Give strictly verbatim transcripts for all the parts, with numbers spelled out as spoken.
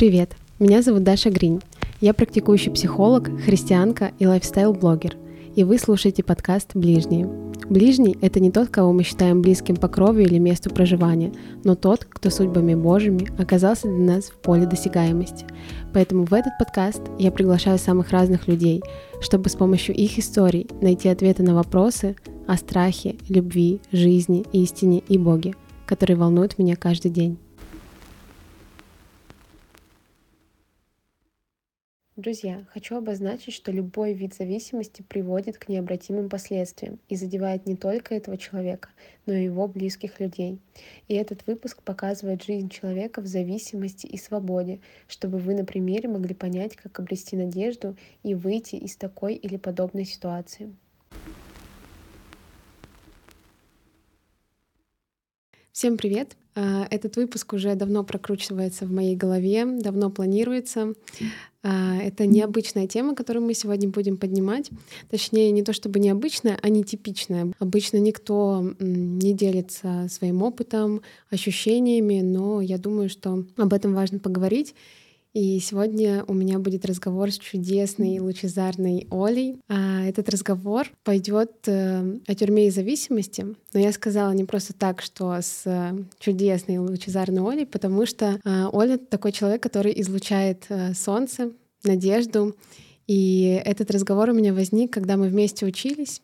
Привет, меня зовут Даша Гринь. Я практикующий психолог, христианка и лайфстайл-блогер. И вы слушаете подкаст «Ближние». Ближний — это не тот, кого мы считаем близким по крови или месту проживания, но тот, кто судьбами Божьими оказался для нас в поле досягаемости. Поэтому в этот подкаст я приглашаю самых разных людей, чтобы с помощью их историй найти ответы на вопросы о страхе, любви, жизни, истине и Боге, которые волнуют меня каждый день. Друзья, хочу обозначить, что любой вид зависимости приводит к необратимым последствиям и задевает не только этого человека, но и его близких людей. И этот выпуск показывает жизнь человека в зависимости и свободе, чтобы вы на примере могли понять, как обрести надежду и выйти из такой или подобной ситуации. Всем привет! Этот выпуск уже давно прокручивается в моей голове, давно планируется. Это необычная тема, которую мы сегодня будем поднимать. Точнее, не то чтобы необычная, а нетипичная. Обычно никто не делится своим опытом, ощущениями, но я думаю, что об этом важно поговорить. И сегодня у меня будет разговор с чудесной, лучезарной Олей. А этот разговор пойдет о тюрьме и зависимости. Но я сказала не просто так, что с чудесной, лучезарной Олей, потому что Оля такой человек, который излучает солнце, надежду. И этот разговор у меня возник, когда мы вместе учились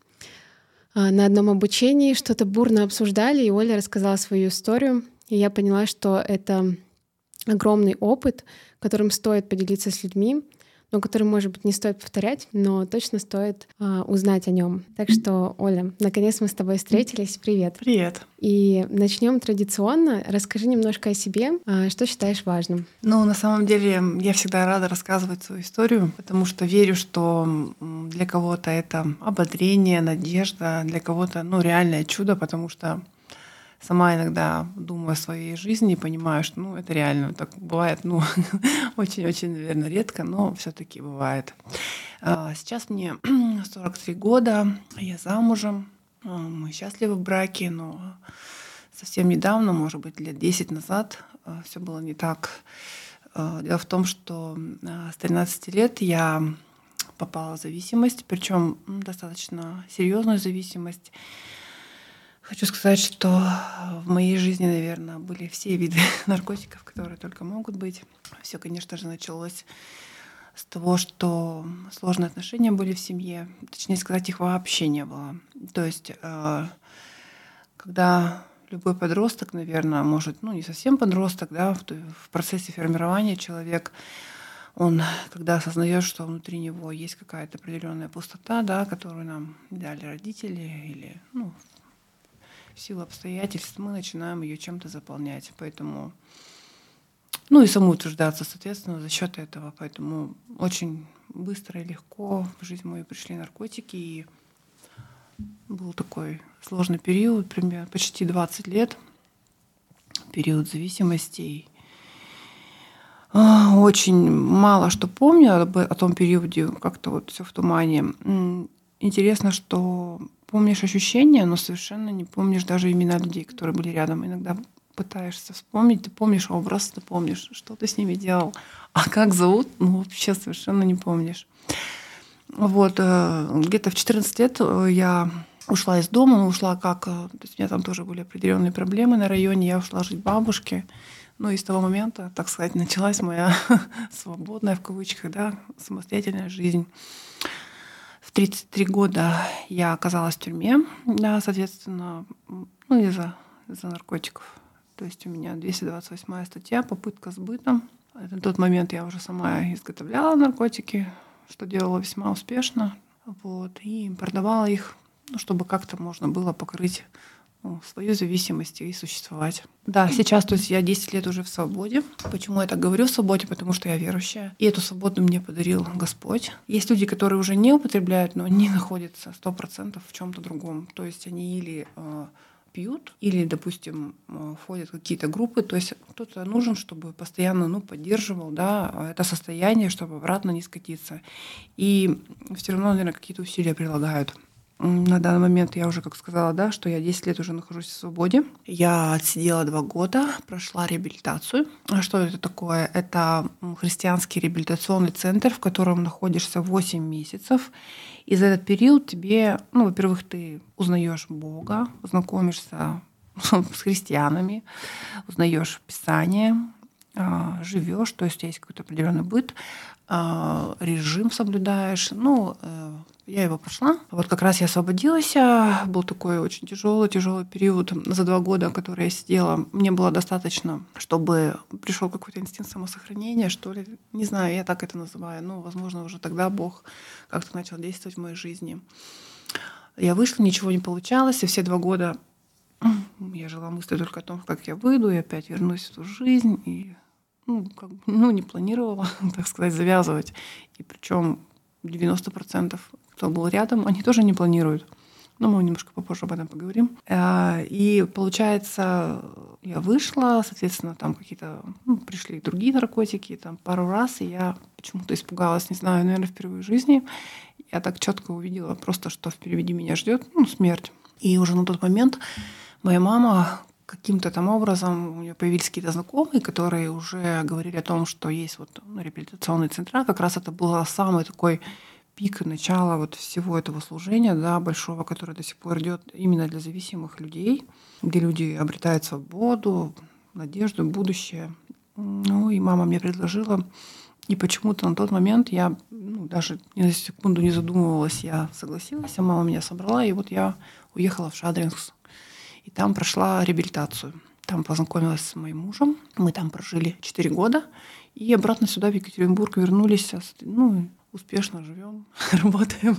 на одном обучении, что-то бурно обсуждали, и Оля рассказала свою историю. И я поняла, что это огромный опыт, которым стоит поделиться с людьми, но который, может быть, не стоит повторять, но точно стоит а, узнать о нем. Так что, Оля, наконец мы с тобой встретились. Привет. Привет. И начнем традиционно. Расскажи немножко о себе, а, что считаешь важным. Ну, на самом деле, я всегда рада рассказывать свою историю, потому что верю, что для кого-то это ободрение, надежда, для кого-то, ну, реальное чудо, потому что сама иногда думаю о своей жизни и понимаю, что ну, это реально так бывает, ну, очень-очень, наверное, редко, но все-таки бывает. Сейчас мне сорок три года, я замужем, мы счастливы в браке, но совсем недавно, может быть, лет десять назад, все было не так. Дело в том, что с тринадцати лет я попала в зависимость, причем достаточно серьезную зависимость. Хочу сказать, что в моей жизни, наверное, были все виды наркотиков, которые только могут быть. Все, конечно же, началось с того, что сложные отношения были в семье. Точнее сказать, их вообще не было. То есть, когда любой подросток, наверное, может, ну не совсем подросток, да, в процессе формирования человек, он, когда осознает, что внутри него есть какая-то определенная пустота, да, которую нам дали родители или, ну, в силу обстоятельств, мы начинаем ее чем-то заполнять. Поэтому, ну и самоутверждаться, соответственно, за счет этого. Поэтому очень быстро и легко в жизнь мою пришли наркотики. И был такой сложный период, примерно почти двадцать лет, период зависимости. Очень мало что помню о том периоде, как-то вот все в тумане. Интересно, что помнишь ощущения, но совершенно не помнишь даже имена людей, которые были рядом. Иногда пытаешься вспомнить, ты помнишь образ, ты помнишь, что ты с ними делал, а как зовут, ну вообще совершенно не помнишь. Вот, где-то в четырнадцать лет я ушла из дома, но ушла как, то есть у меня там тоже были определенные проблемы на районе, я ушла жить к бабушке. Ну и с того момента, так сказать, началась моя свободная, в кавычках, да, самостоятельная жизнь. В тридцать три года я оказалась в тюрьме, да, соответственно, ну, из-за, из-за наркотиков. То есть у меня двести двадцать восьмая статья «Попытка сбыта». На тот момент я уже сама изготовляла наркотики, что делала весьма успешно, вот, и продавала их, ну, чтобы как-то можно было покрыть, ну, свою зависимость и существовать. Да, сейчас, то есть я десять лет уже в свободе. Почему я так говорю в свободе? Потому что я верующая. И эту свободу мне подарил Господь. Есть люди, которые уже не употребляют, но они находятся сто процентов в чем-то другом. То есть они или э, пьют, или, допустим, э, входят в какие-то группы. То есть кто-то нужен, чтобы постоянно, ну, поддерживал, да, это состояние, чтобы обратно не скатиться. И все равно, наверное, какие-то усилия прилагают. На данный момент я уже, как сказала, да, что я десять лет уже нахожусь в свободе. Я отсидела два года, прошла реабилитацию. А что это такое? Это христианский реабилитационный центр, в котором находишься восемь месяцев. И за этот период тебе, ну, во-первых, ты узнаешь Бога, знакомишься с христианами, узнаешь Писание, живешь, то есть у тебя есть какой-то определенный быт, режим соблюдаешь. Ну, я его прошла. Вот как раз я освободилась. Был такой очень тяжелый, тяжелый период за два года, который я сидела. Мне было достаточно, чтобы пришел какой-то инстинкт самосохранения, что ли. Не знаю, я так это называю. Ну, возможно, уже тогда Бог как-то начал действовать в моей жизни. Я вышла, ничего не получалось, и все два года я жила мыслью только о том, как я выйду, и опять вернусь в ту жизнь. И ну, как бы, ну, не планировала, так сказать, завязывать. И причем девяносто процентов, кто был рядом, они тоже не планируют. Но мы немножко попозже об этом поговорим. И получается, я вышла, соответственно, там какие-то ну, пришли другие наркотики, там пару раз, и я почему-то испугалась, не знаю, наверное, впервые в жизни. Я так четко увидела просто, что впереди меня ждет, ну, смерть. И уже на тот момент моя мама каким-то там образом, у нее появились какие-то знакомые, которые уже говорили о том, что есть вот ну, реабилитационные центра. Как раз это был самый такой пик начала вот всего этого служения, да, большого, которое до сих пор идет именно для зависимых людей, где люди обретают свободу, надежду, будущее. Ну и мама мне предложила, и почему-то на тот момент я ну, даже ни на секунду не задумывалась, я согласилась, а мама меня собрала, и вот я уехала в Шадринск. И там прошла реабилитацию. Там познакомилась с моим мужем. Мы там прожили четыре года. И обратно сюда, в Екатеринбург, вернулись. Ну, успешно живем, работаем.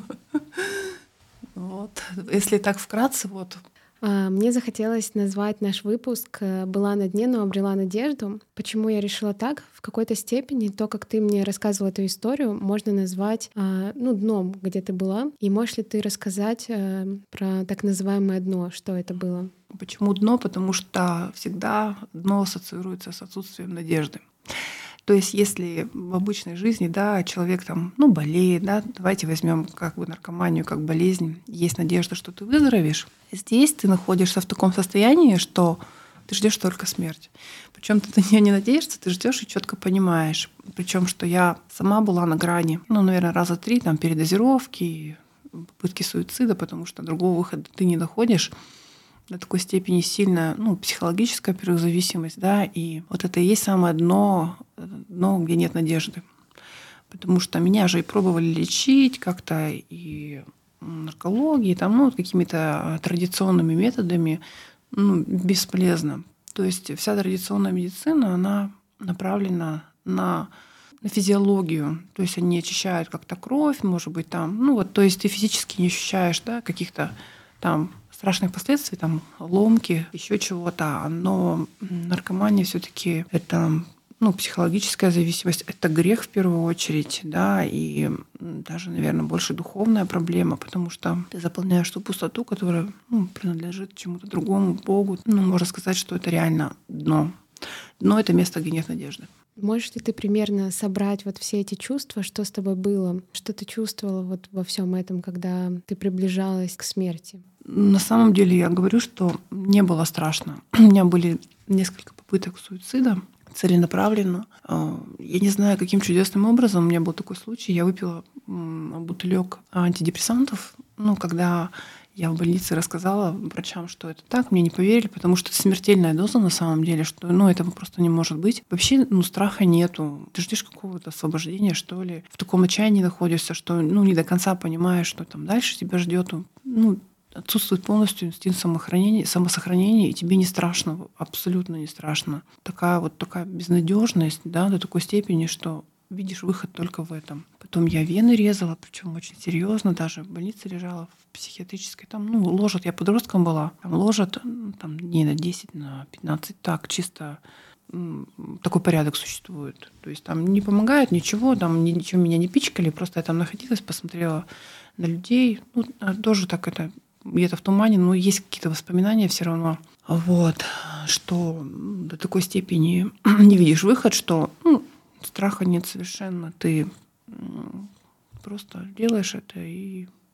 Вот. Если так вкратце, вот. Мне захотелось назвать наш выпуск «Была на дне, но обрела надежду». Почему я решила так? В какой-то степени то, как ты мне рассказывала эту историю, можно назвать ну, дном, где ты была. И можешь ли ты рассказать про так называемое дно, что это было? Почему дно? Потому что всегда дно ассоциируется с отсутствием надежды. То есть, если в обычной жизни, да, человек там, ну, болеет, да, давайте возьмем как бы наркоманию, как болезнь, есть надежда, что ты выздоровеешь. Здесь ты находишься в таком состоянии, что ты ждешь только смерть. Причем ты на нее не надеешься, ты ждешь и четко понимаешь. Причем, что я сама была на грани, ну, наверное, раза три там передозировки, попытки суицида, потому что другого выхода ты не находишь. До такой степени сильная, ну, психологическая, во-первых, зависимость, да, и вот это и есть самое дно, дно, где нет надежды. Потому что меня же и пробовали лечить как-то и наркологией, там, ну, какими-то традиционными методами, ну, бесполезно. То есть вся традиционная медицина, она направлена на, на физиологию. То есть они очищают как-то кровь, может быть, там, ну, вот, то есть ты физически не ощущаешь, да, каких-то там страшных последствий, там, ломки, еще чего-то. Но наркомания все-таки это ну, психологическая зависимость, это грех в первую очередь, да, и даже, наверное, больше духовная проблема, потому что ты заполняешь ту пустоту, которая ну, принадлежит чему-то другому, Богу. Ну, можно сказать, что это реально дно. Дно — это место, где нет надежды. Можешь ли ты примерно собрать вот все эти чувства, что с тобой было, что ты чувствовала вот во всем этом, когда ты приближалась к смерти? На самом деле я говорю, что не было страшно. У меня были несколько попыток суицида целенаправленно. Я не знаю, каким чудесным образом у меня был такой случай. Я выпила бутылек антидепрессантов. Ну, когда я в больнице рассказала врачам, что это так, мне не поверили, потому что это смертельная доза на самом деле, что ну, этого просто не может быть. Вообще ну, страха нету. Ты ждешь какого-то освобождения, что ли. В таком отчаянии находишься, что ну, не до конца понимаешь, что там дальше тебя ждет. Ну, отсутствует полностью инстинкт самосохранения, самосохранения, и тебе не страшно, абсолютно не страшно. Такая вот такая безнадежность, да, до такой степени, что видишь выход только в этом. Потом я вены резала, причем очень серьезно, даже в больнице лежала, в психиатрической. Там, ну, ложат, я подростком была, там ложат там, дней на десять, на пятнадцать, так, чисто такой порядок существует. То есть там не помогает ничего, там ничего меня не пичкали, просто я там находилась, посмотрела на людей. Ну, тоже так это где-то в тумане, но есть какие-то воспоминания все равно. Вот, что до такой степени не видишь выход, что ну, страха нет совершенно. Ты просто делаешь это и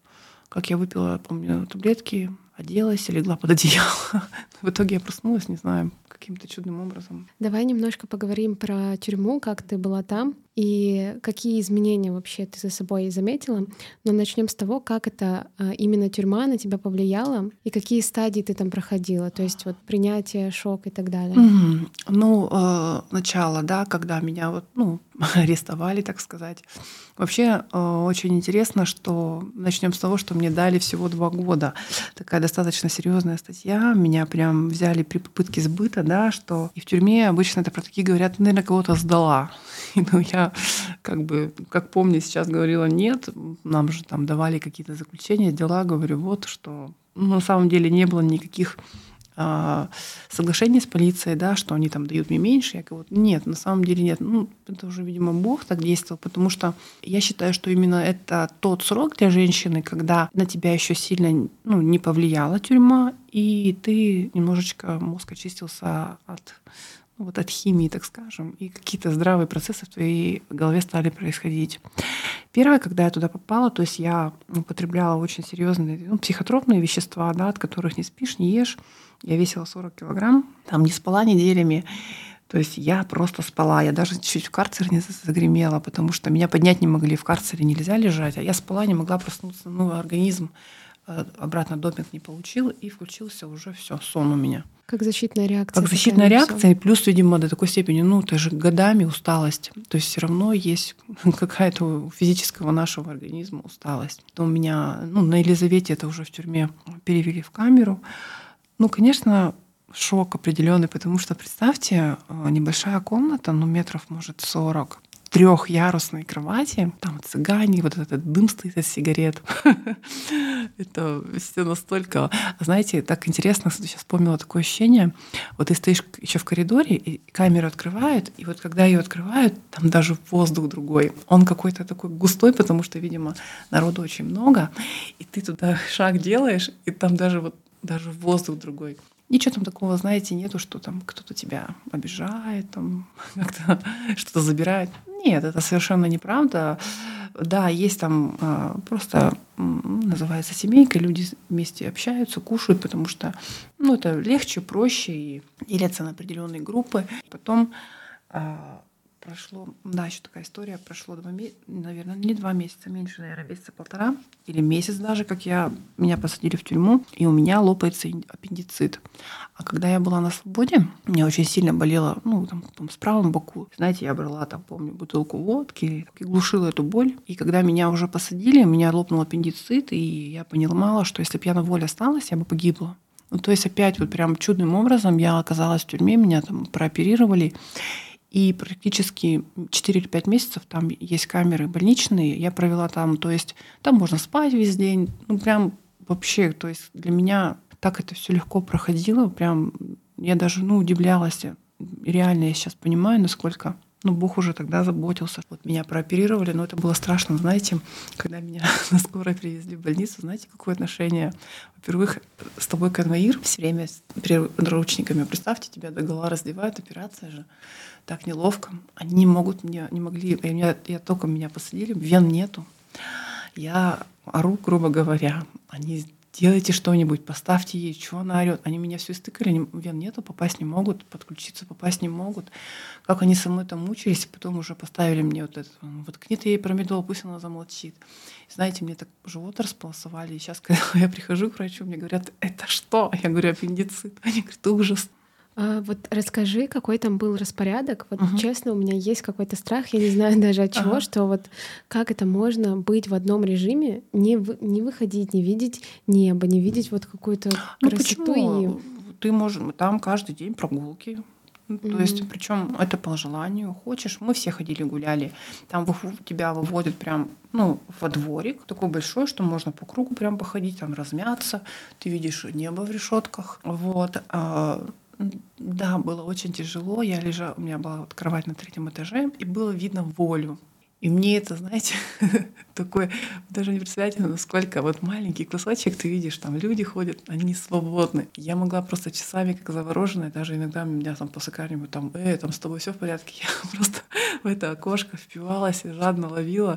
как я выпила, помню, таблетки, оделась и легла под одеяло. В итоге я проснулась, не знаю, каким-то чудным образом. Давай немножко поговорим про тюрьму, как ты была там и какие изменения вообще ты за собой заметила. Но начнем с того, как это а, именно тюрьма на тебя повлияла и какие стадии ты там проходила, то есть вот принятие, шок и так далее. Мгм. Ну, э, начало, да, когда меня вот, ну, арестовали, так сказать. Вообще э, очень интересно, что начнем с того, что мне дали всего два года. Такая достаточно серьезная статья. Меня прям взяли при попытке сбыта, да, что и в тюрьме обычно это про такие говорят, наверное, кого-то сдала. И, ну, я как бы, как помню, сейчас говорила, нет, нам же там давали какие-то заключения, дела, говорю, вот, что ну, на самом деле не было никаких а, соглашений с полицией, да, что они там дают мне меньше. Я говорю, нет, на самом деле нет. Ну, это уже, видимо, Бог так действовал, потому что я считаю, что именно это тот срок для женщины, когда на тебя еще сильно ну, не повлияла тюрьма, и ты немножечко мозг очистился от ну, вот от химии, так скажем, и какие-то здравые процессы в твоей голове стали происходить. Первое, когда я туда попала, то есть я употребляла очень серьезные ну, психотропные вещества, да, от которых не спишь, не ешь. Я весила сорок килограмм, там не спала неделями. То есть я просто спала. Я даже чуть в карцер не загремела, потому что меня поднять не могли. В карцере нельзя лежать, а я спала, не могла проснуться. Ну, организм обратно допинг не получил, и включился уже все, сон у меня. Как защитная реакция. Как защитная реакция, и плюс, видимо, до такой степени, ну, это же годами усталость. То есть все равно есть какая-то у физического нашего организма усталость. То у меня, ну, на Елизавете это уже в тюрьме перевели в камеру. Ну, конечно, шок определенный, потому что, представьте, небольшая комната, ну, метров, может, сорок, трехъярусной кровати, там цыгане, вот этот дым стоит от сигарет. Это все настолько... Знаете, так интересно, сейчас вспомнила такое ощущение. Вот ты стоишь еще в коридоре, и камеру открывают, и вот когда ее открывают, там даже воздух другой. Он какой-то такой густой, потому что, видимо, народу очень много, и ты туда шаг делаешь, и там даже вот даже воздух другой. Ничего там такого, знаете, нету, что там кто-то тебя обижает, там как-то что-то забирает. Нет, это совершенно неправда. Да, есть там а, просто называется семейка, люди вместе общаются, кушают, потому что ну, это легче, проще и делятся на определенные группы. Потом а, прошло, да, еще такая история, прошло два месяца, наверное, не два месяца, меньше, наверное, месяца полтора или месяц даже, как я, меня посадили в тюрьму, и у меня лопается аппендицит. А когда я была на свободе, мне очень сильно болело, ну, там, там, в правом боку. Знаете, я брала, там, помню, бутылку водки и глушила эту боль. И когда меня уже посадили, у меня лопнул аппендицит, и я понимала, что если бы я на воле осталась, я бы погибла. Ну, то есть опять вот прям чудным образом я оказалась в тюрьме, меня там прооперировали. И практически четыре или пять месяцев там есть камеры больничные. Я провела там, то есть там можно спать весь день. Ну, прям вообще, то есть для меня так это все легко проходило. Прям я даже ну, удивлялась. Реально я сейчас понимаю, насколько ну, Бог уже тогда заботился. Вот меня прооперировали, но это было страшно. Знаете, когда меня на скорой привезли в больницу, знаете, какое отношение? Во-первых, с тобой конвоир все время с наручниками. Представьте, тебя догола раздевают, операция же. Так неловко. Они не могут мне, не могли. Я, я только меня посадили, вен нету. Я ору, грубо говоря. Они делайте что-нибудь, поставьте ей, что она орёт. Они меня все истыкали, вен нету, попасть не могут, подключиться попасть не могут. Как они со мной там мучились, и потом уже поставили мне вот это. Воткни ты ей промедол, пусть она замолчит. И знаете, мне так живот располосовали. И сейчас, когда я прихожу к врачу, мне говорят, это что? Я говорю, аппендицит. Они говорят, ужас. А вот расскажи, какой там был распорядок. Вот Мгм. честно, у меня есть какой-то страх, я не знаю даже от чего, Ага. что вот как это можно быть в одном режиме, не, вы- не выходить, не видеть небо, не видеть вот какую-то Ну красоту почему? Ты можешь, там каждый день прогулки. Ну, и... То есть, Мгм. причем это по желанию. Хочешь, мы все ходили гуляли. Там вов- тебя выводят прям ну, во дворик, такой большой, что можно по кругу прям походить, там размяться. Ты видишь небо в решетках. Вот. А, м, Да, было очень тяжело. Я лежала, у меня была вот кровать на третьем этаже, и было видно волю. И мне это, знаете, такой, даже не представляете, насколько вот маленький кусочек, ты видишь, там люди ходят, они свободны. Я могла просто часами, как завороженная, даже иногда меня там после какого-нибудь там, э, там с тобой все в порядке, я просто в это окошко впивалась и жадно ловила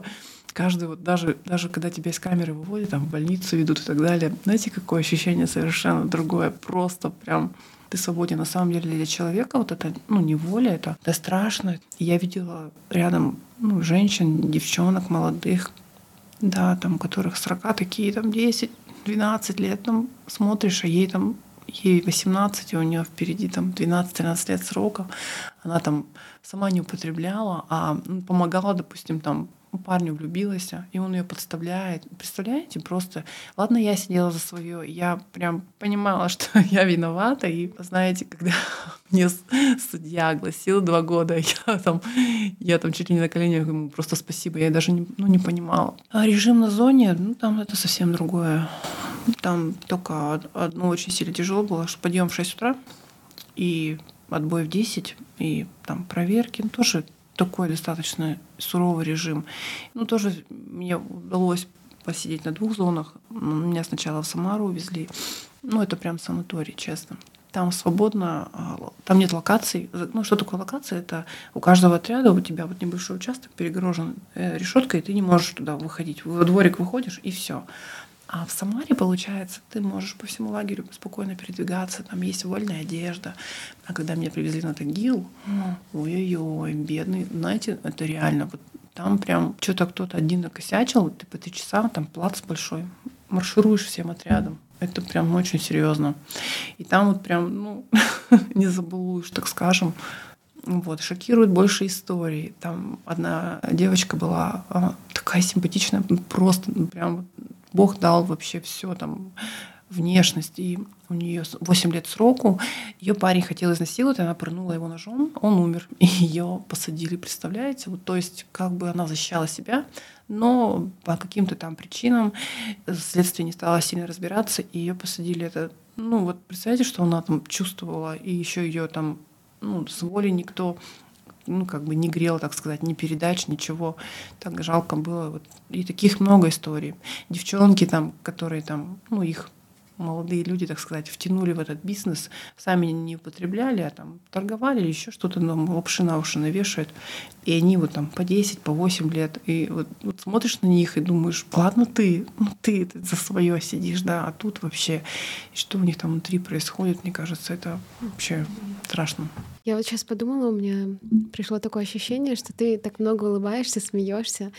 каждый вот даже, даже когда тебя из камеры выводят, там в больницу ведут и так далее, знаете, какое ощущение совершенно другое, просто прям ты свободен. На самом деле для человека вот это, ну, неволя, это, это страшно. И я видела рядом, ну, женщин, девчонок молодых, да, там, у которых сорока такие, там, десять-двенадцать лет, там, смотришь, а ей там ей восемнадцать, и у нее впереди там двенадцать-тринадцать лет срока. Она там сама не употребляла, а помогала, допустим, там парню влюбилась, и он ее подставляет. Представляете, просто... Ладно, я сидела за свое, я прям понимала, что я виновата, и знаете, когда мне судья огласил два года, я там, я там чуть ли не на коленях ему просто спасибо, я даже не, ну, не понимала. А режим на зоне, ну там это совсем другое. Там только одно очень сильно тяжело было, что подъем в шесть утра и отбой в десять, и там проверки, ну, тоже такой достаточно суровый режим. Ну, тоже мне удалось посидеть на двух зонах. Меня сначала в Самару увезли. Ну, это прям санаторий, честно. Там свободно, там нет локаций. Ну, что такое локация? Это у каждого отряда у тебя вот небольшой участок перегорожен решеткой, и ты не можешь туда выходить. Во дворик выходишь, и все. А в Самаре, получается, ты можешь по всему лагерю спокойно передвигаться, там есть вольная одежда. А когда меня привезли на Тагил, ой-ой-ой, бедный, знаете, это реально, вот там прям что-то кто-то один накосячил, ты по три часа, там плац большой, маршируешь всем отрядом. Это прям очень серьезно. И там вот прям, ну, не забалуешь, так скажем. Вот, шокирует больше истории. Там одна девочка была а, такая симпатичная, просто ну, прям Бог дал вообще все там, внешность. И у нее восемь лет сроку. Ее парень хотел изнасиловать, она пырнула его ножом, он умер. И ее посадили, представляете? Вот, то есть как бы она защищала себя, но по каким-то там причинам следствие не стало сильно разбираться, и ее посадили. Это, ну вот представляете, что она там чувствовала, и еще ее там ну, с волей никто ну, как бы не грел, так сказать, ни передач, ничего. Так жалко было. Вот. И таких много историй. Девчонки там, которые там, ну, их молодые люди, так сказать, втянули в этот бизнес, сами не употребляли, а там торговали или еще что-то, но лапши на уши навешают. И они вот там по десять, по восемь лет. И вот, вот смотришь на них и думаешь, ладно ты, ну ты, ты за свое сидишь, да, а тут вообще, и что у них там внутри происходит, мне кажется, это вообще страшно. Я вот сейчас подумала, у меня пришло такое ощущение, что ты так много улыбаешься, смеешься,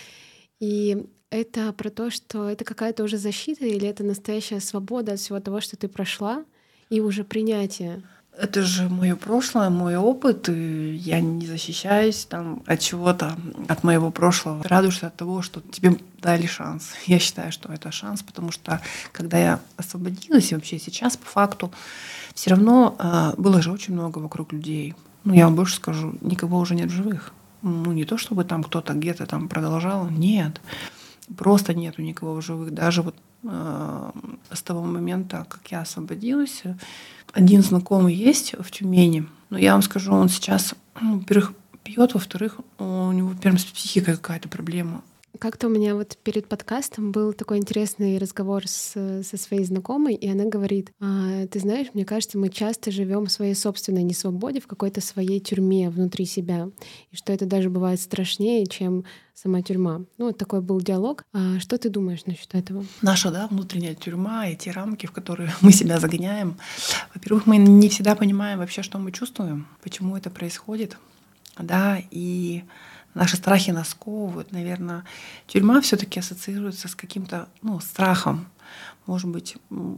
и это про то, что это какая-то уже защита или это настоящая свобода от всего того, что ты прошла, и уже принятие. Это же мое прошлое, мой опыт, и я не защищаюсь там от чего-то, от моего прошлого. Радуешься от того, что тебе дали шанс. Я считаю, что это шанс, потому что когда я освободилась, и вообще сейчас по факту, все равно э, было же очень много вокруг людей. Ну, я вам больше скажу, никого уже нет в живых. Ну, не то, чтобы там кто-то где-то там продолжал, нет. Просто нету никого в живых. Даже вот э, с того момента, как я освободилась, один знакомый есть в Тюмени, но я вам скажу, он сейчас, ну, во-первых, пьет, во-вторых, у него прям с психикой какая-то проблема. Как-то у меня вот перед подкастом был такой интересный разговор с, со своей знакомой, и она говорит, а, ты знаешь, мне кажется, мы часто живем в своей собственной несвободе, в какой-то своей тюрьме внутри себя, и что это даже бывает страшнее, чем сама тюрьма. Ну, вот такой был диалог. А что ты думаешь насчет этого? Наша, да, внутренняя тюрьма и те рамки, в которые мы себя загоняем. Во-первых, мы не всегда понимаем вообще, что мы чувствуем, почему это происходит, да, и наши страхи нас сковывают. Наверное, тюрьма все-таки ассоциируется с каким-то ну, страхом. Может быть,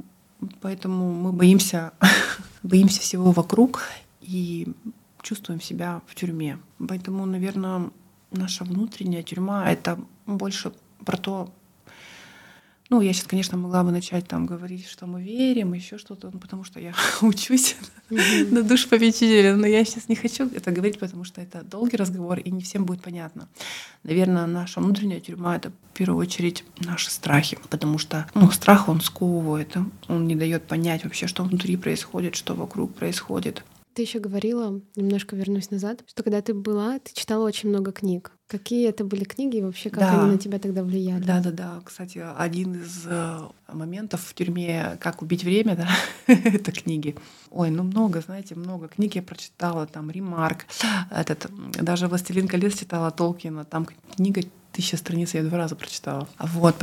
поэтому мы боимся, боимся всего вокруг и чувствуем себя в тюрьме. Поэтому, наверное, наша внутренняя тюрьма — это больше про то, ну, я сейчас, конечно, могла бы начать там говорить, что мы верим, еще что-то, ну, потому что я учусь mm-hmm. на душпопечителя, но я сейчас не хочу это говорить, потому что это долгий разговор, и не всем будет понятно. Наверное, наша внутренняя тюрьма — это в первую очередь наши страхи, потому что ну, страх, он сковывает, он не дает понять вообще, что внутри происходит, что вокруг происходит. Ты еще говорила, немножко вернусь назад, что когда ты была, ты читала очень много книг. Какие это были книги и вообще как да. они на тебя тогда влияли? Да, да, да. Кстати, один из моментов в тюрьме «Как убить время», да, это книги. Ой, ну много, знаете, много книг я прочитала. Там Ремарк, этот, даже «Властелин колец» читала Толкина. Там книга Тысяча страниц я два раза прочитала. Вот,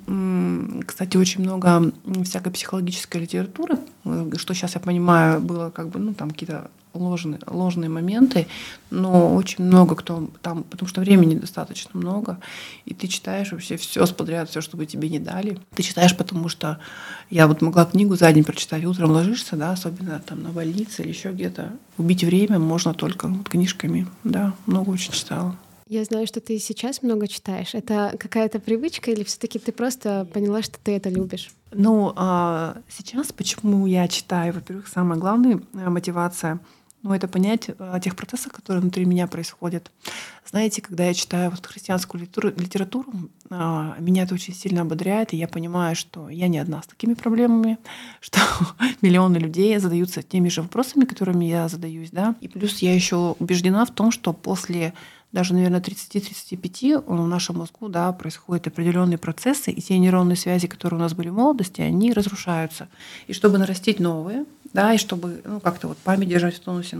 потом, кстати, очень много всякой психологической литературы, что сейчас я понимаю, было как бы, ну, там какие-то ложные, ложные моменты, но очень много кто там, потому что времени достаточно много, и ты читаешь вообще все подряд, все, что бы тебе не дали. Ты читаешь, потому что я вот могла книгу за день прочитать, утром ложишься, да, особенно там на больнице или еще где-то. Убить время можно только вот книжками, да, много очень читала. Я знаю, что ты сейчас много читаешь. Это какая-то привычка или все-таки ты просто поняла, что ты это любишь? Ну, а сейчас почему я читаю? Во-первых, самая главная мотивация, ну, это понять о тех процессах, которые внутри меня происходят. Знаете, когда я читаю вот христианскую литературу, литературу, меня это очень сильно ободряет, и я понимаю, что я не одна с такими проблемами, что миллионы людей задаются теми же вопросами, которыми я задаюсь, да. И плюс я еще убеждена в том, что после даже, наверное, тридцати-тридцати пяти в нашем мозгу, да, происходят определенные процессы, и те нейронные связи, которые у нас были в молодости, они разрушаются. И чтобы нарастить новые, да, и чтобы, ну, как-то вот память держать в тонусе,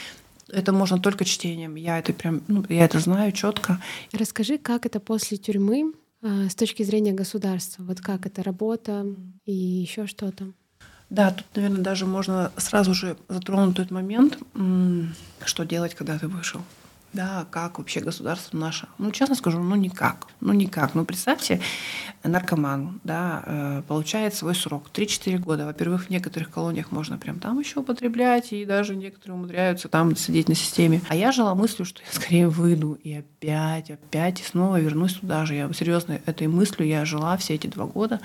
это можно только чтением. Я это прям, ну, я это знаю четко. Расскажи, как это после тюрьмы э, с точки зрения государства? Вот как это работа и еще что-то? Да, тут, наверное, даже можно сразу же затронуть тот момент, что делать, когда ты вышел. Да, как вообще государство наше? Ну, честно скажу, ну никак. Ну никак. Ну, представьте, наркоман, да, получает свой срок три-четыре года. Во-первых, в некоторых колониях можно прям там еще употреблять, и даже некоторые умудряются там сидеть на системе. А я жила мыслью, что я скорее выйду и опять, опять, и снова вернусь туда же. Я серьезно этой мыслью я жила все эти два года,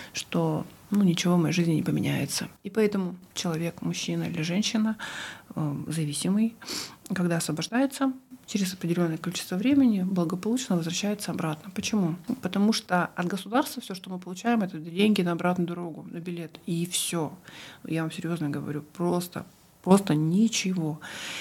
что ну, ничего в моей жизни не поменяется. И поэтому человек, мужчина или женщина, зависимый, когда освобождается, через определенное количество времени благополучно возвращается обратно. Почему? Потому что от государства все, что мы получаем, это деньги на обратную дорогу, на билет. И все. Я вам серьезно говорю, просто Просто ничего.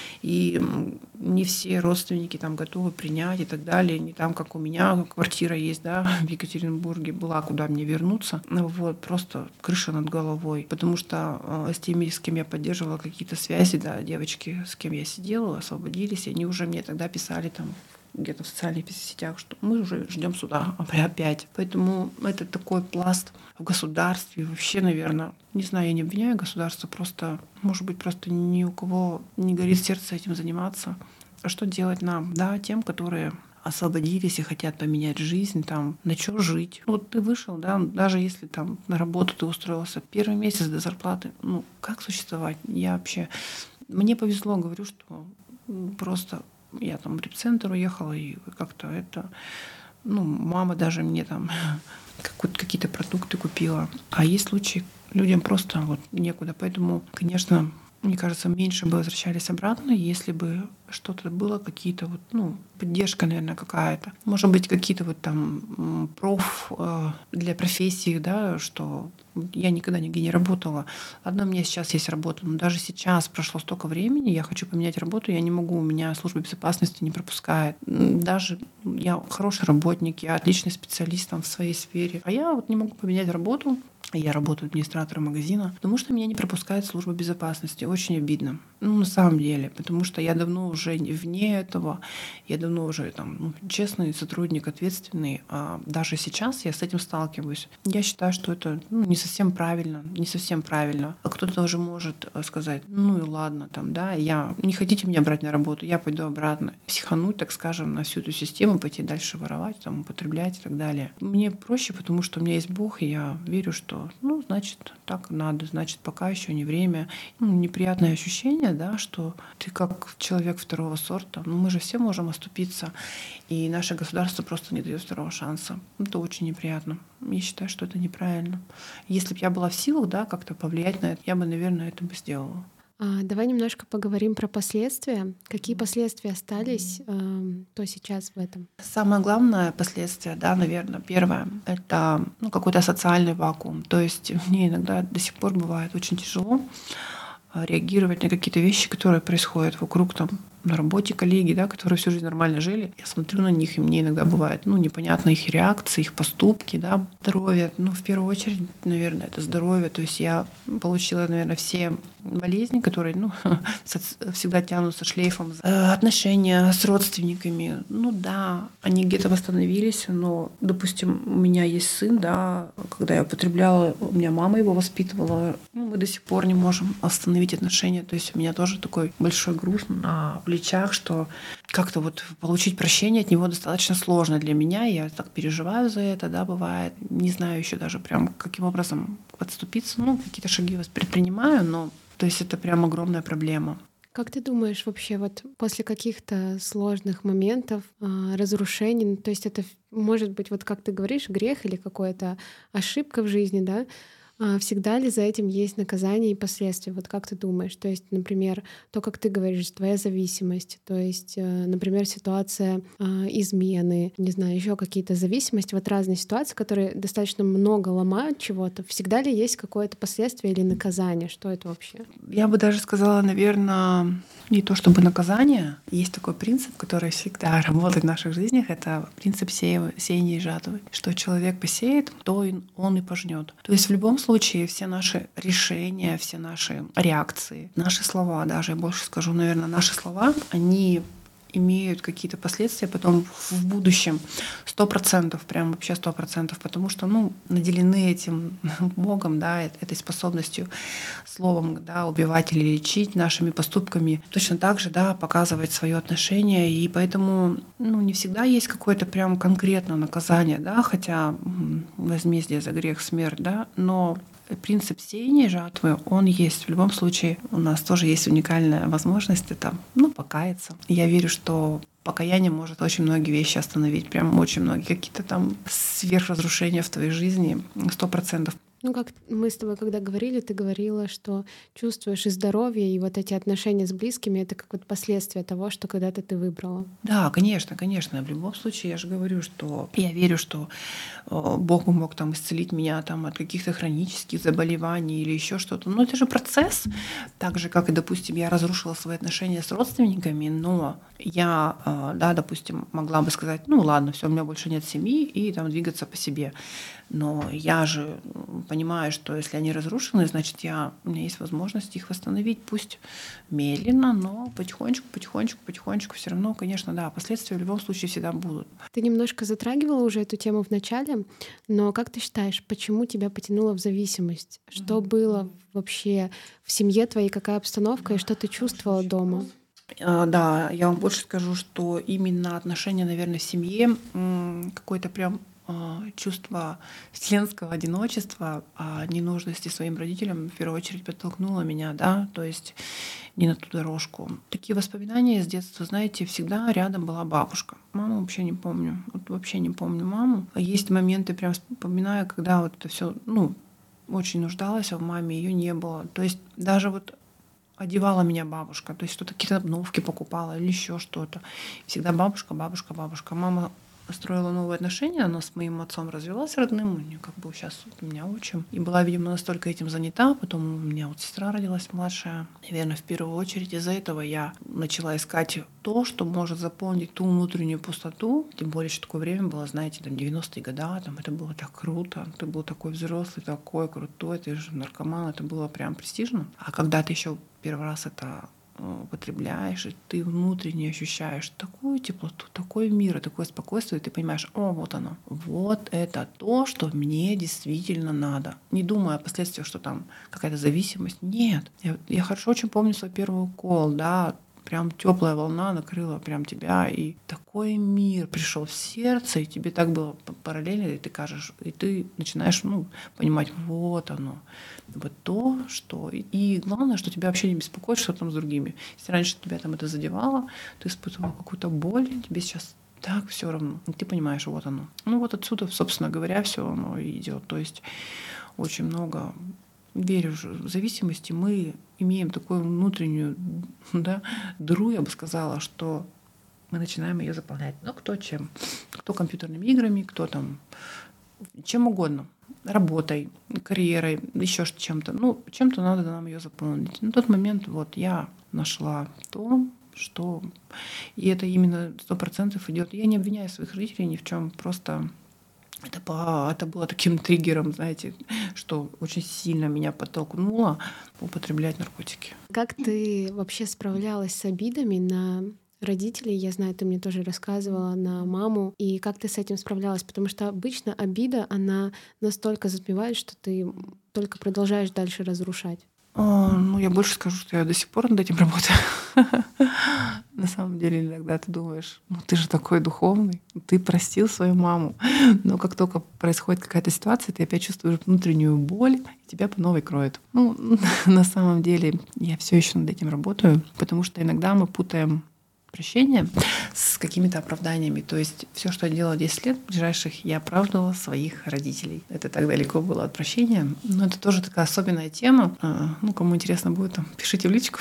И не все родственники там готовы принять и так далее. Не там, как у меня квартира есть, да, в Екатеринбурге была, куда мне вернуться. Вот, просто крыша над головой. Потому что с теми, с кем я поддерживала какие-то связи, да, девочки, с кем я сидела, освободились, и они уже мне тогда писали там где-то в социальных сетях, что мы уже ждем суда опять. Поэтому это такой пласт в государстве. Вообще, наверное, не знаю, я не обвиняю государство, просто, может быть, просто ни у кого не горит сердце этим заниматься. А что делать нам, да, тем, которые освободились и хотят поменять жизнь, там, на что жить. Вот ты вышел, да, даже если там на работу ты устроился, первый месяц до зарплаты, ну, как существовать? Я вообще... Мне повезло, говорю, что просто я там в репцентр уехала, и как-то это... Ну, мама даже мне там какие-то продукты купила. А есть случаи, людям просто вот некуда. Поэтому, конечно, мне кажется, меньше бы возвращались обратно, если бы что-то было, какие-то вот, ну, поддержка, наверное, какая-то. Может быть, какие-то вот там проф для профессии, да, что я никогда нигде не работала. Ладно, у меня сейчас есть работа, но даже сейчас прошло столько времени, я хочу поменять работу, я не могу, у меня служба безопасности не пропускает. Даже я хороший работник, я отличный специалист там в своей сфере, а я вот не могу поменять работу. Я работаю администратором магазина, потому что меня не пропускает служба безопасности. Очень обидно. Ну, на самом деле, потому что я давно уже вне этого, я давно уже там, ну, честный сотрудник, ответственный. А даже сейчас я с этим сталкиваюсь. Я считаю, что это ну, не совсем правильно, не совсем правильно. А кто-то даже может сказать, ну и ладно, там, да, я не хотите меня брать на работу, я пойду обратно. Психануть, так скажем, на всю эту систему, пойти дальше воровать, там, употреблять и так далее. Мне проще, потому что у меня есть Бог, и я верю, что ну, значит, так надо, значит, пока еще не время. Ну, неприятное ощущение, да, что ты как человек второго сорта. Ну, мы же все можем оступиться, и наше государство просто не дает второго шанса. Это очень неприятно. Я считаю, что это неправильно. Если бы я была в силах, да, как-то повлиять на это, я бы, наверное, это бы сделала. Давай немножко поговорим про последствия. Какие последствия остались, то сейчас в этом? Самое главное последствие, да, наверное, первое, это ну, какой-то социальный вакуум. То есть мне иногда до сих пор бывает очень тяжело реагировать на какие-то вещи, которые происходят вокруг там на работе коллеги, да, которые всю жизнь нормально жили, я смотрю на них, и мне иногда бывает, ну, непонятно их реакции, их поступки, да, здоровье. Ну, в первую очередь, наверное, это здоровье. То есть я получила, наверное, все болезни, которые, ну, всегда тянутся шлейфом. Отношения с родственниками, ну да, они где-то восстановились, но, допустим, у меня есть сын, да, когда я употребляла, у меня мама его воспитывала, ну, мы до сих пор не можем остановить отношения. То есть у меня тоже такой большой груз на плечах, что как-то вот получить прощение от него достаточно сложно для меня. Я так переживаю за это, да, бывает. Не знаю еще даже прям, каким образом подступиться. Ну, какие-то шаги предпринимаю, но то есть это прям огромная проблема. Как ты думаешь вообще, вот после каких-то сложных моментов, а, разрушений, ну, то есть это ф- может быть, вот как ты говоришь, грех или какая-то ошибка в жизни, да? А всегда ли за этим есть наказание и последствия? Вот как ты думаешь? То есть, например, то, как ты говоришь, твоя зависимость, то есть, э, например, ситуация а, измены, не знаю, еще какие-то зависимости, вот разные ситуации, которые достаточно много ломают чего-то. Всегда ли есть какое-то последствие или наказание? Что это вообще? Я бы даже сказала, наверное, не то чтобы наказание. Есть такой принцип, который всегда работает в наших жизнях. Это принцип сея- сеяния и жатвы. Что человек посеет, то и он и пожнет. То есть в любом случае все наши решения, все наши реакции, наши слова, даже я больше скажу, наверное, наши слова, они имеют какие-то последствия потом в будущем. Сто процентов, прям вообще сто процентов, потому что, ну, наделены этим Богом, да, э- этой способностью словом, да, убивать или лечить, нашими поступками. Точно так же, да, показывать свое отношение. И поэтому, ну, не всегда есть какое-то прям конкретное наказание, да, хотя м, возмездие за грех — смерть, да, но принцип сеяния и жатвы, он есть. В любом случае у нас тоже есть уникальная возможность это, ну, покаяться. Я верю, что покаяние может очень многие вещи остановить, прям очень многие какие-то там сверхразрушения в твоей жизни, сто процентов. Ну, как мы с тобой когда говорили, ты говорила, что чувствуешь и здоровье, и вот эти отношения с близкими — это как вот последствия того, что когда-то ты выбрала. Да, конечно, конечно. В любом случае, я же говорю, что я верю, что э, Бог бы мог там исцелить меня там от каких-то хронических заболеваний или еще что-то. Но это же процесс. Так же, как и, допустим, я разрушила свои отношения с родственниками, но я, э, да, допустим, могла бы сказать, ну ладно, все, у меня больше нет семьи, и там двигаться по себе. Но я же м, понимаю, что если они разрушены, значит, я, у меня есть возможность их восстановить, пусть медленно, но потихонечку, потихонечку, потихонечку. Все равно, конечно, да, последствия в любом случае всегда будут. Ты немножко затрагивала уже эту тему в начале, но как ты считаешь, почему тебя потянуло в зависимость? Что было вообще в семье твоей, какая обстановка и что ты чувствовала дома? А, Да, я вам больше скажу, что именно отношения, наверное, в семье, м, какое-то прям а, чувство вселенского одиночества, а, ненужности своим родителям в первую очередь подтолкнуло меня, да, то есть не на ту дорожку. Такие воспоминания с детства, знаете, всегда рядом была бабушка. Маму вообще не помню, вот вообще не помню маму. А есть моменты, прям вспоминаю, когда вот это все, ну, очень нуждалась, а в маме ее не было. То есть даже вот одевала меня бабушка, то есть что-то, какие-то обновки покупала или еще что-то. Всегда бабушка, бабушка, бабушка. Мама строила новые отношения, она с моим отцом развелась родным, у нее как бы сейчас у меня отчим. И была, видимо, настолько этим занята, потом у меня вот сестра родилась младшая. Наверное, в первую очередь из-за этого я начала искать то, что может заполнить ту внутреннюю пустоту. Тем более, что такое время было, знаете, там девяностые годы, там это было так круто. Ты был такой взрослый, такой крутой, ты же наркоман, это было прям престижно. А когда ты еще первый раз это употребляешь, и ты внутренне ощущаешь такую теплоту, такой мир, такое спокойствие, и ты понимаешь, о, вот оно, вот это то, что мне действительно надо. Не думая о последствиях, что там какая-то зависимость. Нет. Я, я хорошо очень помню свой первый укол, да, прям теплая волна накрыла прям тебя, и такой мир пришел в сердце, и тебе так было параллельно, и ты кажешь, и ты начинаешь, ну, понимать, вот оно, вот то, что... И, и главное, что тебя вообще не беспокоит, что там с другими. Если раньше тебя там это задевало, ты испытывал какую-то боль, тебе сейчас так все равно. И ты понимаешь, вот оно. Ну вот отсюда, собственно говоря, все оно и идет. То есть очень много, верю в зависимости, мы имеем такую внутреннюю, да, дыру, я бы сказала, что мы начинаем ее заполнять. Ну, кто чем? Кто компьютерными играми, кто там чем угодно. Работой, карьерой, еще чем-то. Ну, чем-то надо нам ее заполнить. На тот момент вот я нашла то, что и это именно сто процентов идет. Я не обвиняю своих родителей ни в чем, просто это, по, это было таким триггером, знаете, что очень сильно меня подтолкнуло употреблять наркотики. Как ты вообще справлялась с обидами на родителей? Я знаю, ты мне тоже рассказывала, на маму. И как ты с этим справлялась? Потому что обычно обида, она настолько затмевает, что ты только продолжаешь дальше разрушать. А, ну, я больше скажу, что я до сих пор над этим работаю. На самом деле, иногда ты думаешь, ну ты же такой духовный, ты простил свою маму. Но как только происходит какая-то ситуация, ты опять чувствуешь внутреннюю боль, и тебя по новой кроет. Ну, на самом деле, я все еще над этим работаю, потому что иногда мы путаем прощение с какими-то оправданиями. То есть все, что я делала десять лет ближайших, я оправдывала своих родителей. Это так далеко было от прощения. Но это тоже такая особенная тема. Ну, кому интересно будет, там, пишите в личку,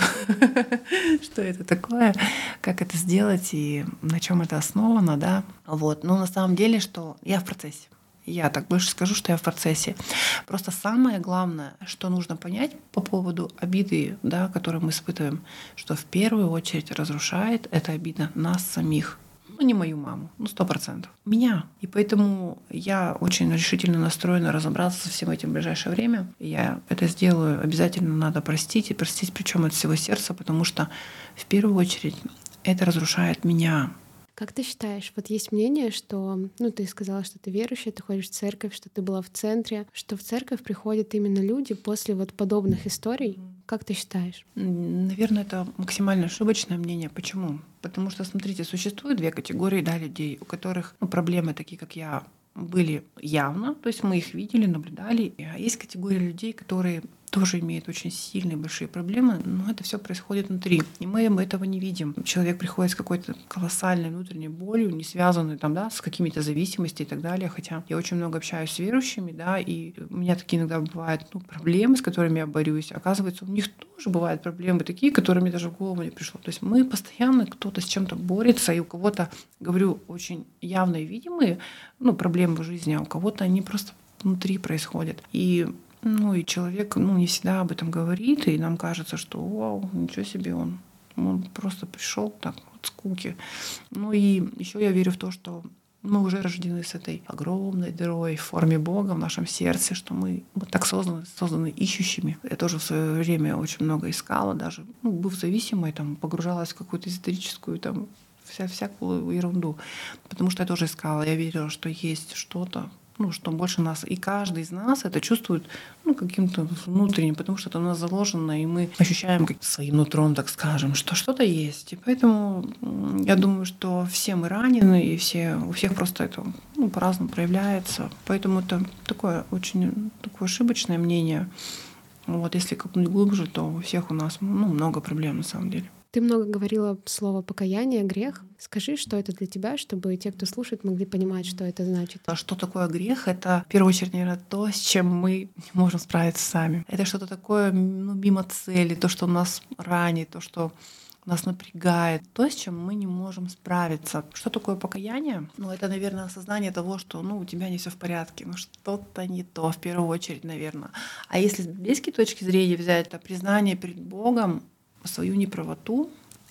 что это такое, как это сделать и на чем это основано, да. Вот. Но на самом деле, что я в процессе. Я так больше скажу, что я в процессе. Просто самое главное, что нужно понять по поводу обиды, да, которую мы испытываем, что в первую очередь разрушает эта обида нас самих. Ну, не мою маму, ну, сто процентов. Меня. И поэтому я очень решительно настроена разобраться со всем этим в ближайшее время. Я это сделаю. Обязательно надо простить, и простить причем от всего сердца, потому что в первую очередь это разрушает меня. Как ты считаешь, вот есть мнение, что, ну, ты сказала, что ты верующая, ты ходишь в церковь, что ты была в центре, что в церковь приходят именно люди после вот подобных историй. Как ты считаешь? Наверное, это максимально ошибочное мнение. Почему? Потому что, смотрите, существует две категории, да, людей, у которых, ну, проблемы такие, как я, были явно, то есть мы их видели, наблюдали. А есть категория людей, которые тоже имеют очень сильные большие проблемы, но это все происходит внутри, и мы этого не видим. Человек приходит с какой-то колоссальной внутренней болью, не связанной там, да, с какими-то зависимостями и так далее. Хотя я очень много общаюсь с верующими, да, и у меня такие иногда бывают, ну, проблемы, с которыми я борюсь. Оказывается, у них тоже бывают проблемы такие, которые мне даже в голову не пришло. То есть мы постоянно кто-то с чем-то борется, и у кого-то, говорю, очень явные, видимые, ну, проблемы в жизни, а у кого-то они просто внутри происходят. И Ну и человек, ну, не всегда об этом говорит, и нам кажется, что вау, ничего себе, он, он просто пришел так от скуки. Ну и еще я верю в то, что мы уже рождены с этой огромной дырой в форме Бога в нашем сердце, что мы вот так созданы, созданы ищущими. Я тоже в свое время очень много искала, даже, ну, быв зависимой, там, погружалась в какую-то эзотерическую там, вся, всякую ерунду, потому что я тоже искала, я верила, что есть что-то, ну, что больше нас. И каждый из нас это чувствует, ну, каким-то внутренним, потому что это у нас заложено, и мы ощущаем как своим нутром, так скажем, что что-то есть. И поэтому я думаю, что все мы ранены, и все, у всех просто это, ну, по-разному проявляется. Поэтому это такое очень такое ошибочное мнение. Вот, если копнуть глубже, то у всех у нас, ну, много проблем на самом деле. Ты много говорила слово «покаяние», «грех». Скажи, что это для тебя, чтобы те, кто слушает, могли понимать, что это значит. А что такое грех? Это, в первую очередь, наверное, то, с чем мы не можем справиться сами. Это что-то такое, ну, мимо цели, то, что нас ранит, то, что нас напрягает, то, с чем мы не можем справиться. Что такое покаяние? Ну, это, наверное, осознание того, что, ну, у тебя не все в порядке, ну, что-то не то, в первую очередь, наверное. А если с библейской точки зрения взять, это признание перед Богом, свою неправоту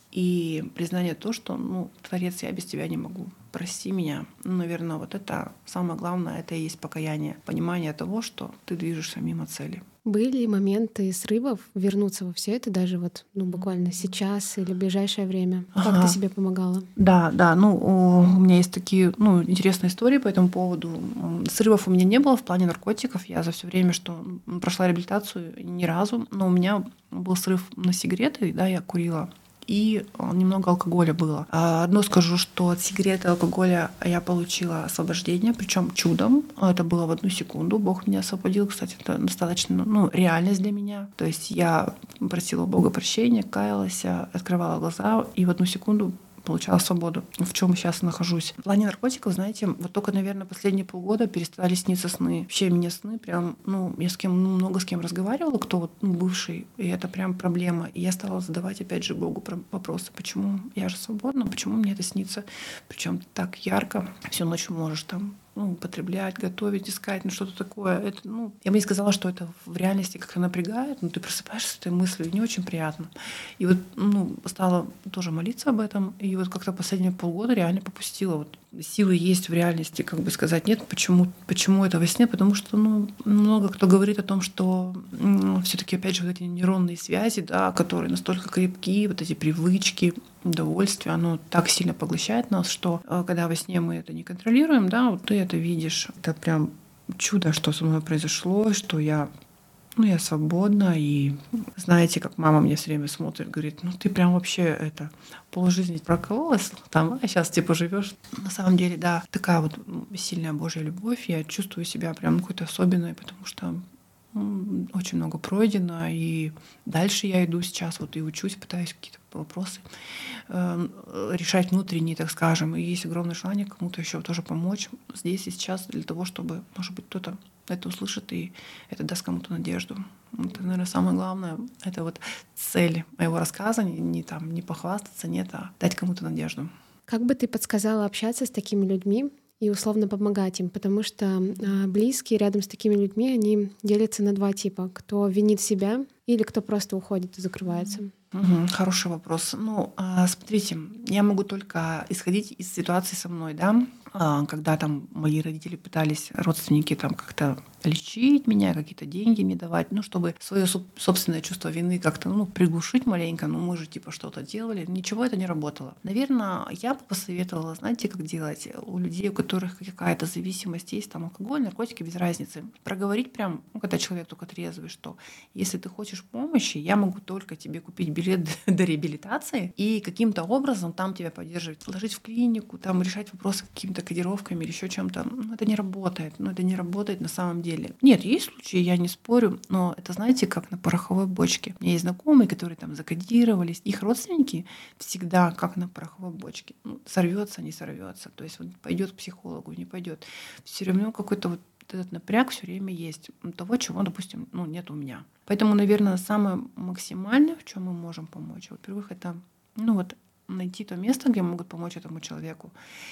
и признание того, что, ну, Творец, я без тебя не могу. Прости меня. Ну, наверное, вот это самое главное, это и есть покаяние. Понимание того, что ты движешься мимо цели. Были моменты срывов вернуться во все это даже вот, ну, буквально сейчас или в ближайшее время? Как Ага. ты себе помогала? Да, да. Ну, у меня есть такие, ну, интересные истории по этому поводу. Срывов у меня не было в плане наркотиков. Я за все время, что прошла реабилитацию, ни разу. Но у меня был срыв на сигареты, да, я курила. И немного алкоголя было. Одно скажу, что от сигареты и алкоголя я получила освобождение, причем чудом. Это было в одну секунду. Бог меня освободил. Кстати, это достаточно, ну, реальность для меня. То есть я просила у Бога прощения, каялась, открывала глаза и в одну секунду получала свободу, в чем сейчас нахожусь. В плане наркотиков, знаете, вот только, наверное, последние полгода перестали сниться сны. Вообще мне сны прям, ну, я с кем, ну, много с кем разговаривала, кто вот, ну, бывший, и это прям проблема. И я стала задавать, опять же, Богу вопросы, почему я же свободна, почему мне это снится, причем так ярко, всю ночь можешь там ну, употреблять, готовить, искать, ну что-то такое. Это, ну, я бы не сказала, что это в реальности как-то напрягает, но ты просыпаешься с этой мыслью, не очень приятно. И вот, ну, стала тоже молиться об этом, и вот как-то последние полгода реально попустила. Вот силы есть в реальности, как бы сказать нет. Почему, почему это во сне? Потому что, ну, много кто говорит о том, что ну, все-таки опять же вот эти нейронные связи, да, которые настолько крепки, вот эти привычки, удовольствие, оно так сильно поглощает нас, что э, когда во сне мы это не контролируем, да, вот ты это видишь. Это прям чудо, что со мной произошло, что я, ну, я свободна. И знаете, как мама мне все время смотрит, говорит, ну ты прям вообще это полжизни прокололась, там, а сейчас типа живешь. На самом деле, да, такая вот сильная Божья любовь. Я чувствую себя прям какой-то особенной, потому что ну, очень много пройдено, и дальше я иду сейчас вот и учусь, пытаюсь какие-то вопросы э, решать внутренние, так скажем. И есть огромное желание кому-то еще тоже помочь здесь и сейчас для того, чтобы, может быть, кто-то это услышит, и это даст кому-то надежду. Это, наверное, самое главное. Это вот цель моего рассказа, не, не, там, не похвастаться, нет, а дать кому-то надежду. Как бы ты подсказала общаться с такими людьми и условно помогать им? Потому что э, близкие рядом с такими людьми, они делятся на два типа. Кто винит себя или кто просто уходит и закрывается. Угу, хороший вопрос. Ну, а, смотрите, я могу только исходить из ситуации со мной, да, а, когда там мои родители пытались, родственники там как-то лечить меня, какие-то деньги мне давать, ну, чтобы свое собственное чувство вины как-то, ну, приглушить маленько, ну, мы же типа что-то делали, ничего это не работало. Наверное, я бы посоветовала, знаете, как делать у людей, у которых какая-то зависимость есть, там, алкоголь, наркотики, без разницы, проговорить прям, ну, когда человек только трезвый, что если ты хочешь помощи, я могу только тебе купить билет до реабилитации и каким-то образом там тебя поддерживать, положить в клинику, там решать вопросы какими-то кодировками или еще чем-то. Ну, это не работает. Ну, это не работает на самом деле. Нет, есть случаи, я не спорю, но это, знаете, как на пороховой бочке. У меня есть знакомые, которые там закодировались. Их родственники всегда как на пороховой бочке. Ну, сорвется, не сорвется. То есть он пойдет к психологу, не пойдет. Все равно какой-то вот этот напряг все время есть. Того, чего, допустим, ну, нет у меня. Поэтому, наверное, самое максимальное, в чем мы можем помочь, во-первых, это ну, вот, найти то место, где могут помочь этому человеку.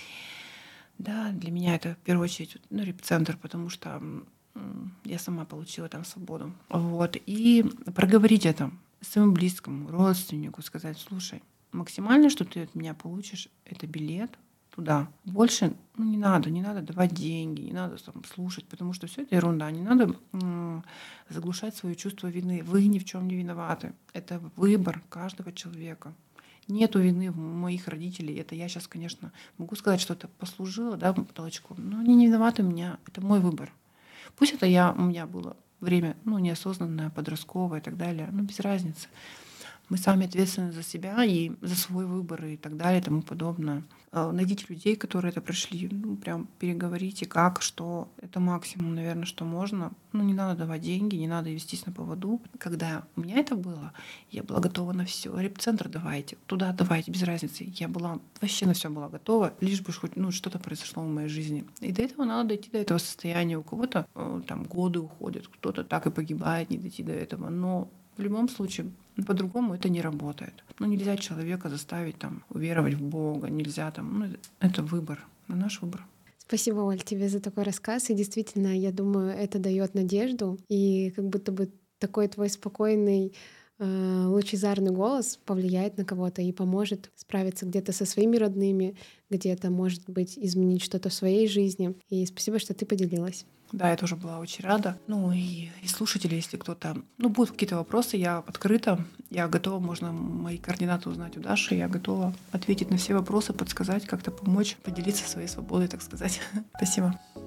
Да, для меня это в первую очередь ну, репцентр, потому что я сама получила там свободу. Вот. И проговорить это своему близкому, родственнику, сказать, слушай, максимально, что ты от меня получишь, это билет туда. Больше ну, не надо, не надо давать деньги, не надо там, слушать, потому что все это ерунда. Не надо м- заглушать свое чувство вины. Вы ни в чем не виноваты. Это выбор каждого человека. Нету вины в моих родителей. Это я сейчас, конечно, могу сказать, что это послужило, да, толчком, но они не виноваты у меня. Это мой выбор. Пусть это я, у меня было время ну, неосознанное, подростковое и так далее, но без разницы. Мы сами ответственны за себя и за свой выбор и так далее и тому подобное. Найдите людей, которые это прошли, ну, прям переговорите, как, что. Это максимум, наверное, что можно. Ну, не надо давать деньги, не надо вестись на поводу. Когда у меня это было, я была готова на все. Репцентр давайте, туда давайте, без разницы. Я была вообще на все была готова, лишь бы хоть ну, что-то произошло в моей жизни. И до этого надо дойти до этого состояния. У кого-то э, там годы уходят, кто-то так и погибает, не дойти до этого. Но в любом случае, по-другому это не работает. Ну, нельзя человека заставить там, уверовать в Бога, нельзя там. Ну, это выбор, наш выбор. Спасибо, Оль, тебе за такой рассказ. И действительно, я думаю, это дает надежду. И как будто бы такой твой спокойный, э, лучезарный голос повлияет на кого-то и поможет справиться где-то со своими родными, где-то, может быть, изменить что-то в своей жизни. И спасибо, что ты поделилась. Да, я тоже была очень рада. Ну и, и слушатели, если кто-то... Ну, будут какие-то вопросы, я открыта. Я готова, можно мои координаты узнать у Даши. Я готова ответить на все вопросы, подсказать, как-то помочь, поделиться своей свободой, так сказать. Спасибо.